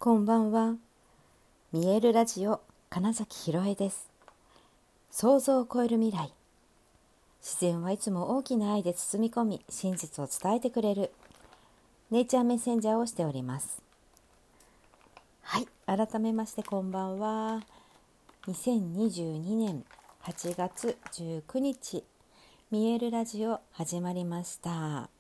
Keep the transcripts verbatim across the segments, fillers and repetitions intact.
こんばんは。見えるラジオ金崎ひろえです。想像を超える未来。自然はいつも大きな愛で包み込み、真実を伝えてくれるネイチャーメッセンジャーをしております。はい、改めましてこんばんは。にせんにじゅうにねんはちがつじゅうくにち、見えるラジオ始まりました。はい、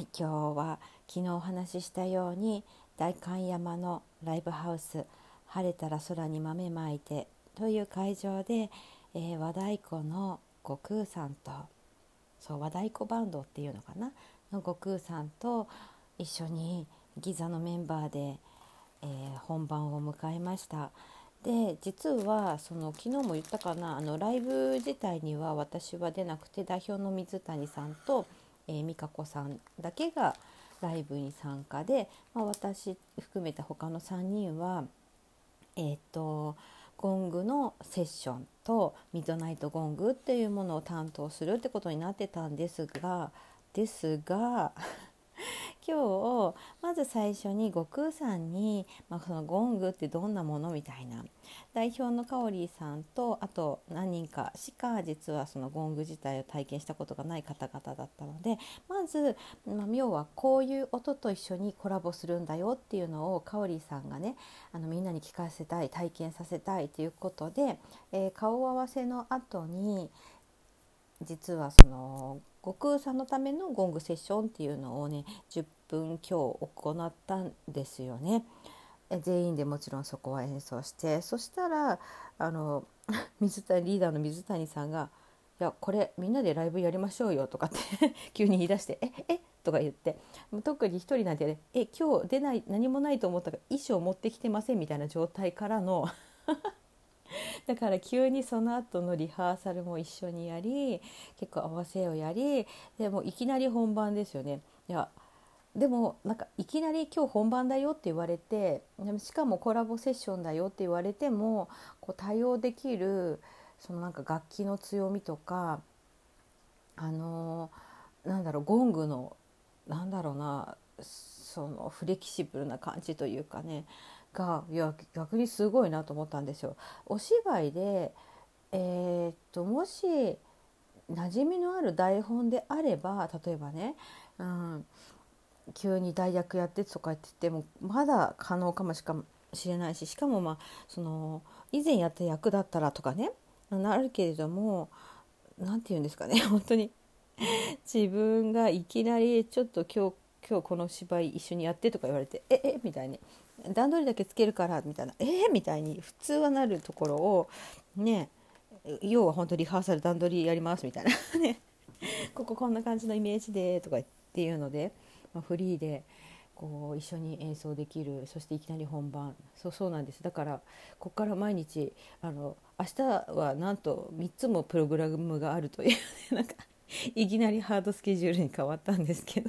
今日は昨日お話ししたように代官山のライブハウス、晴れたら空に豆まいてという会場で、えー、和太鼓の悟空さんと、そう和太鼓バンドっていうのかなの悟空さんと一緒にギザのメンバーで、えー、本番を迎えました。で実はその昨日も言ったかな、あのライブ自体には私は出なくて、代表の水谷さんと、えー、美香子さんだけがライブに参加で、まあ、私含めた他のさんにんは、えー、とゴングのセッションとミッドナイトゴングっていうものを担当するってことになってたんですがですが今日まず最初に悟空さんに、まあ、そのゴングってどんなものみたいな、代表のカオリーさんとあと何人かしか実はそのゴング自体を体験したことがない方々だったので、まず、まあ、要はこういう音と一緒にコラボするんだよっていうのをカオリーさんがね、あのみんなに聞かせたい、体験させたいということで、えー、顔合わせの後に実はその悟空さんのためのゴングセッションっていうのをねじゅっぷん強行ったんですよね。え全員でもちろんそこは演奏して、そしたらあの水谷リーダーの水谷さんが「いやこれみんなでライブやりましょうよ」とかって急に言い出して「ええとか言って、特に一人なんてね、え今日出ない何もないと思ったから衣装持ってきてませんみたいな状態からのだから急にその後のリハーサルも一緒にやり、結構合わせをやり、でもいきなり本番ですよね。いやでもなんかいきなり今日本番だよって言われて、しかもコラボセッションだよって言われてもこう対応できるそのなんか楽器の強みとか、あのー、なんだろうゴングのなんだろうな、そのフレキシブルな感じというかねが、いや逆にすごいなと思ったんですよ。お芝居で、えーっともし馴染みのある台本であれば、例えばね、うん、急に代役やってとか言っててもまだ可能かもしれないし、しかもまあその以前やった役だったらとかねなるけれども、なんて言うんですかね本当に自分がいきなりちょっと今日今日この芝居一緒にやってとか言われてええみたいに段取りだけつけるからみたいなえみたいに普通はなるところをね、要は本当リハーサル段取りやりますみたいなねこここんな感じのイメージでとかっていうので、まあ、フリーでこう一緒に演奏できる。そしていきなり本番、そうそうなんです。だからここから毎日あの明日はなんとみっつもプログラムがあるという、ね、なんかいきなりハードスケジュールに変わったんですけど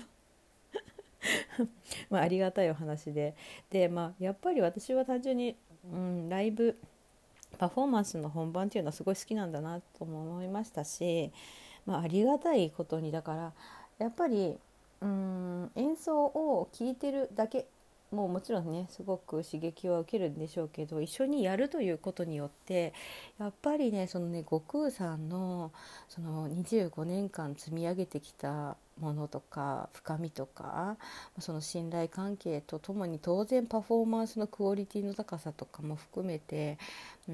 まあありがたいお話で、で、まあ、やっぱり私は単純に、うん、ライブパフォーマンスの本番っていうのはすごい好きなんだなとも思いましたし、まあ、ありがたいことにだからやっぱりうーん演奏を聴いてるだけもうもちろんねすごく刺激は受けるんでしょうけど、一緒にやるということによってやっぱりねそのね悟空さんのそのにじゅうごねんかん積み上げてきたものとか深みとか、その信頼関係とともに当然パフォーマンスのクオリティの高さとかも含めて、うん、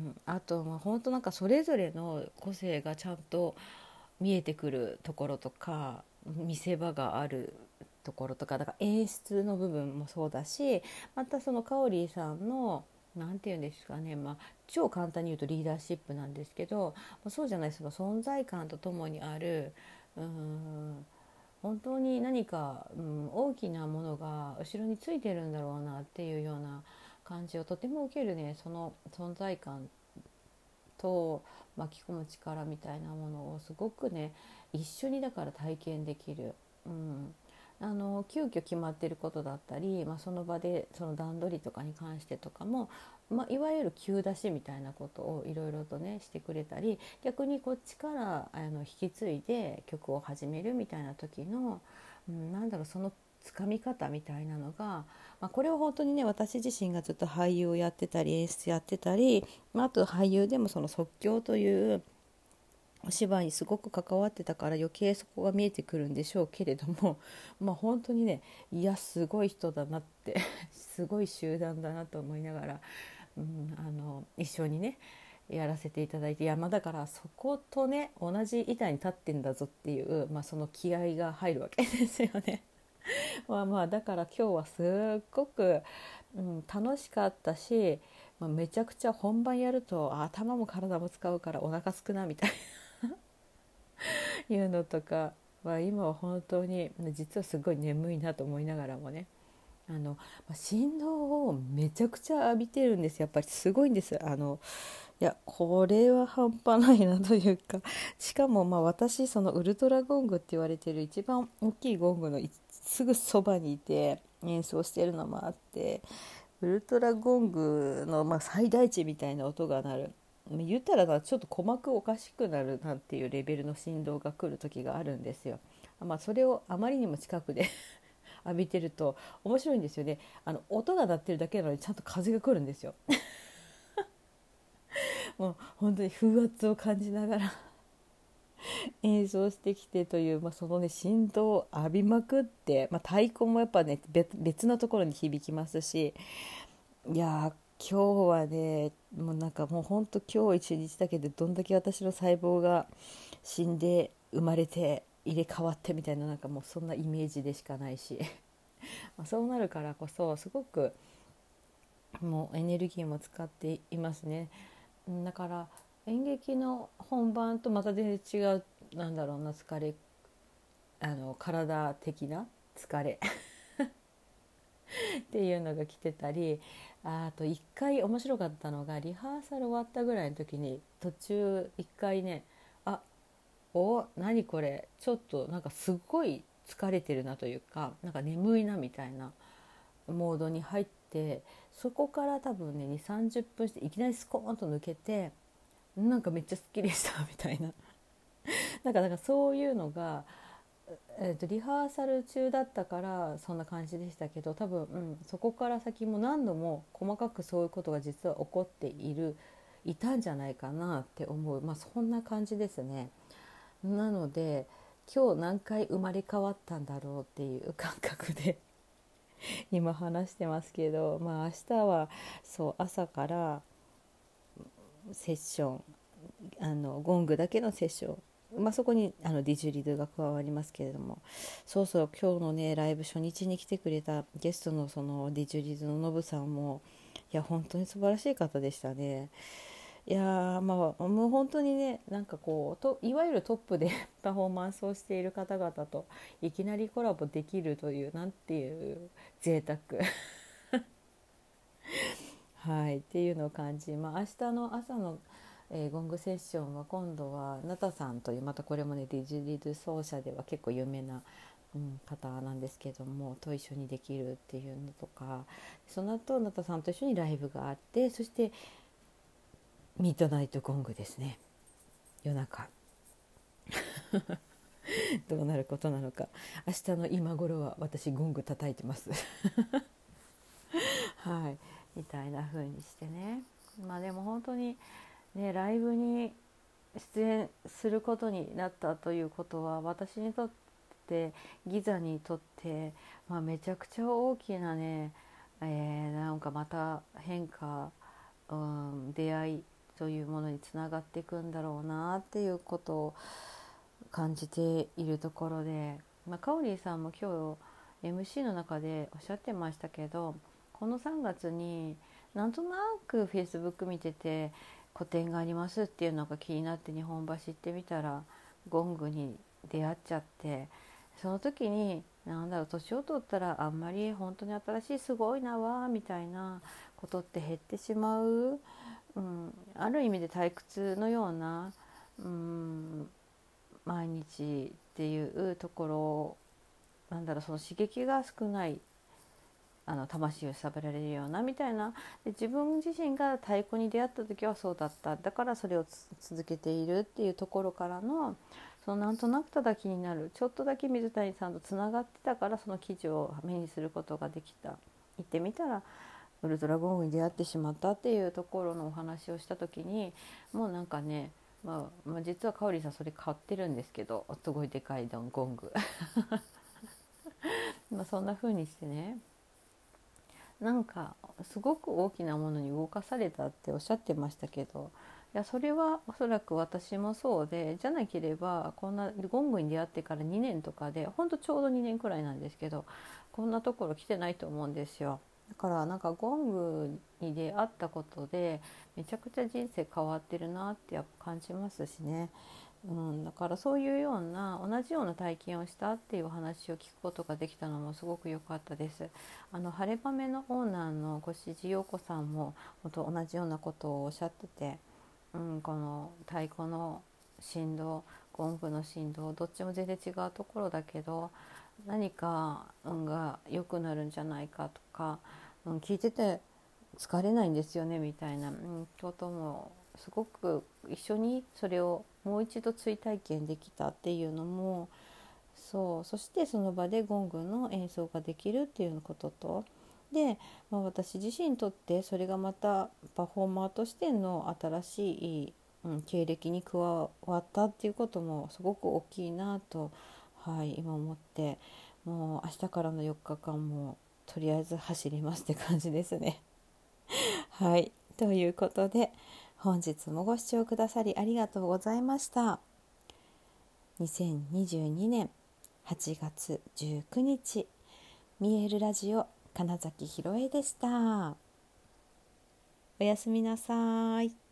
あとまあ本当なんかそれぞれの個性がちゃんと見えてくるところとか見せ場があるところとか、だから演出の部分もそうだし、またそのカオリーさんのなんて言うんですかね、まあ、超簡単に言うとリーダーシップなんですけど、そうじゃないその存在感とともにある、うーん本当に何か、うん、大きなものが後ろについてるんだろうなっていうような感じをとても受けるね、その存在感と巻き込む力みたいなものをすごくね一緒にだから体験できる、うん、あの急遽決まっていることだったり、まあ、その場でその段取りとかに関してとかも、まあ、いわゆる急出しみたいなことをいろいろとねしてくれたり、逆にこっちからあの引き継いで曲を始めるみたいな時の、うん、なんだろうそのつかみ方みたいなのが、まあ、これは本当にね私自身がずっと俳優をやってたり演出やってたり、まあ、あと俳優でもその即興というお芝居にすごく関わってたから余計そこが見えてくるんでしょうけれども、まあ本当にね、いやすごい人だなってすごい集団だなと思いながら、うん、あの一緒にねやらせていただいて、いやまあだからそことね同じ板に立ってんだぞっていう、まあ、その気合が入るわけですよねまあまあだから今日はすっごく、うん、楽しかったし、まあ、めちゃくちゃ本番やると頭も体も使うからお腹すくなみたいないうのとかは今は本当に実はすごい眠いなと思いながらもね、あの振動をめちゃくちゃ浴びてるんです。やっぱりすごいんです。あのいやこれは半端ないなというか、しかもまあ私そのウルトラゴングって言われてる一番大きいゴングのすぐそばにいて演奏してるのもあって、ウルトラゴングのまあ最大値みたいな音が鳴る、言ったらなちょっと鼓膜おかしくなるなんていうレベルの振動が来る時があるんですよ。まあ、それをあまりにも近くで浴びてると面白いんですよね。あの音が鳴ってるだけなのにちゃんと風が来るんですよもう本当に風圧を感じながら演奏してきてという、まあ、そのね振動を浴びまくって、まあ、太鼓もやっぱね 別, 別のところに響きますし、いや今日はねもうなんかもう本当今日一日だけでどんだけ私の細胞が死んで生まれて入れ替わってみたいな、なんかもうそんなイメージでしかないしまあそうなるからこそすごくもうエネルギーも使っていますね。だから演劇の本番とまた全然違う、なんだろうな、疲れ、あの体的な疲れっていうのが来てたり、あと一回面白かったのがリハーサル終わったぐらいの時に途中一回ね、あお何これちょっとなんかすごい疲れてるなというか、なんか眠いなみたいなモードに入って、そこから多分ねにじゅうさんじゅっぷんしていきなりスコーンと抜けて、なんかめっちゃすっきりしたみたいななんかなんかそういうのが、えー、とリハーサル中だったからそんな感じでしたけど、多分、うん、そこから先も何度も細かくそういうことが実は起こっているいたんじゃないかなって思う、まあ、そんな感じですね。なので今日何回生まれ変わったんだろうっていう感覚で今話してますけど、まあ明日はそう朝からセッション、あのゴングだけのセッション、まあ、そこにあのディジュリドが加わりますけれども、そうそう今日のねライブ初日に来てくれたゲストのそのディジュリドのノブさんもいや本当に素晴らしい方でしたね。いやーまあもう本当にね、なんかこうといわゆるトップでパフォーマンスをしている方々といきなりコラボできるという、なんていう贅沢はいっていうのを感じ、まあ、明日の朝の、えーゴングセッションは今度はナタさんという、またこれもねディジュリド奏者では結構有名な、うん、方なんですけどもと一緒にできるっていうのとか、その後ナタさんと一緒にライブがあって、そしてミッドナイトゴングですね、夜中どうなることなのか。明日の今頃は私ゴング叩いてますはいみたいな風にしてね、まあでも本当にねライブに出演することになったということは私にとってギザにとって、まあ、めちゃくちゃ大きなね、えー、なんかまた変化、うん、出会いというものにつながっていくんだろうなっていうことを感じているところで、まあ、カオリーさんも今日 エムシー の中でおっしゃってましたけど、このさんがつになんとなく Facebook 見てて個展がありますっていうのが気になって日本橋行ってみたらゴングに出会っちゃって、その時になんだろう、年を取ったらあんまり本当に新しいすごいなわみたいなことって減ってしまう、うん、ある意味で退屈のような、うん、毎日っていうところ、なんだろう、その刺激が少ない、あの魂を揺さぶられるようなみたいな、で自分自身が太鼓に出会った時はそうだった、だからそれを続けているっていうところからのそのなんとなくただ気になる、ちょっとだけ水谷さんとつながってたからその記事を目にすることができた。行ってみたらウルトラゴングに出会ってしまったっていうところのお話をした時に、もうなんかね、まあ、まあ実はかおりさんそれ買ってるんですけど、すごいでかいゴングまあそんな風にしてね、なんかすごく大きなものに動かされたっておっしゃってましたけど、いやそれはおそらく私もそうで、じゃなければこんなゴングに出会ってからにねんとかで、ほんとちょうどにねんくらいなんですけど、こんなところ来てないと思うんですよ。だからなんかゴングに出会ったことでめちゃくちゃ人生変わってるなってやっぱ感じますしね。うん、だからそういうような同じような体験をしたっていうお話を聞くことができたのもすごく良かったです。あの晴れ場めのオーナーのご主人陽子さんも本当同じようなことをおっしゃってて、うん、この太鼓の振動、ゴングの振動、どっちも全然違うところだけど何か運が良くなるんじゃないかとか、うん、聞いてて疲れないんですよねみたいな、うん、こともすごく一緒にそれをもう一度追体験できたっていうのも、そう、そしてその場でゴングの演奏ができるっていうこととで、まあ、私自身にとってそれがまたパフォーマーとしての新しい、うん、経歴に加わったっていうこともすごく大きいなと、はい、今思って、もう明日からのよっかかんもとりあえず走りますって感じですね。はい、ということで本日もご視聴くださりありがとうございました。にせんにじゅうにねんはちがつじゅうくにち、見えるラジオ金崎ひろえでした。おやすみなさい。